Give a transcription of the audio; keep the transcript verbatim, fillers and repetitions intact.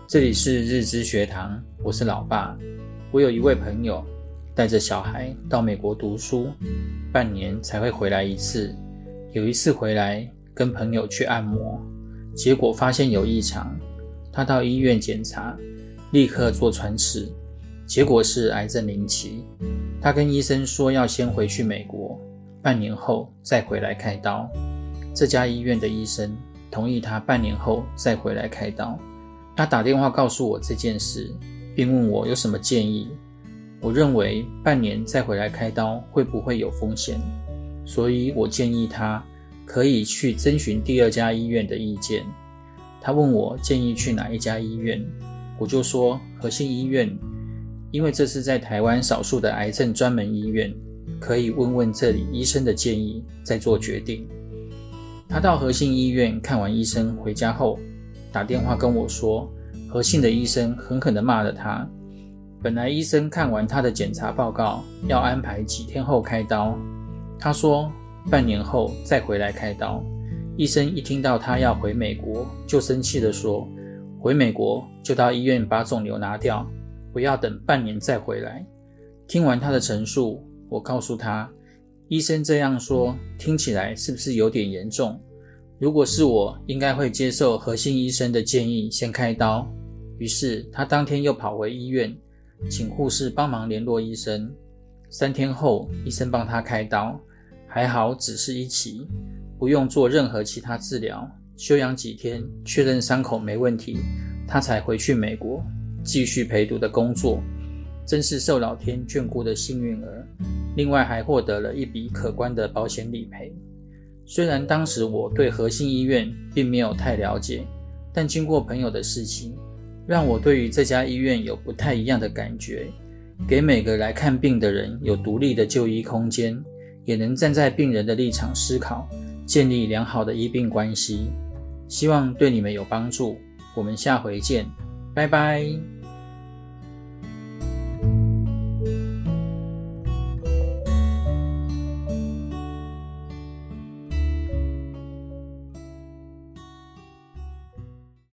这里是日知学堂，我是老爸。我有一位朋友带着小孩到美国读书，半年才会回来一次。有一次回来跟朋友去按摩，结果发现有异常，他到医院检查，立刻做穿刺，结果是癌症零期。他跟医生说要先回去美国，半年后再回来开刀。这家医院的医生同意他半年后再回来开刀。他打电话告诉我这件事，并问我有什么建议。我认为半年再回来开刀会不会有风险，所以我建议他可以去征询第二家医院的意见。他问我建议去哪一家医院，我就说和信医院，因为这是在台湾少数的癌症专门医院，可以问问这里医生的建议再做决定。他到和信医院看完医生回家后，打电话跟我说，和信的医生狠狠地骂了他。本来医生看完他的检查报告，要安排几天后开刀，他说半年后再回来开刀。医生一听到他要回美国，就生气地说，回美国就到医院把肿瘤拿掉，不要等半年再回来。听完他的陈述，我告诉他，医生这样说听起来是不是有点严重？如果是我，应该会接受和信医生的建议先开刀。于是他当天又跑回医院，请护士帮忙联络医生。三天后，医生帮他开刀，还好只是一期，不用做任何其他治疗，休养几天，确认伤口没问题，他才回去美国继续陪读的工作。真是受老天眷顾的幸运儿，另外还获得了一笔可观的保险理赔。虽然当时我对和信医院并没有太了解，但经过朋友的事情，让我对于这家医院有不太一样的感觉，给每个来看病的人有独立的就医空间，也能站在病人的立场思考，建立良好的医病关系。希望对你们有帮助，我们下回见，拜拜。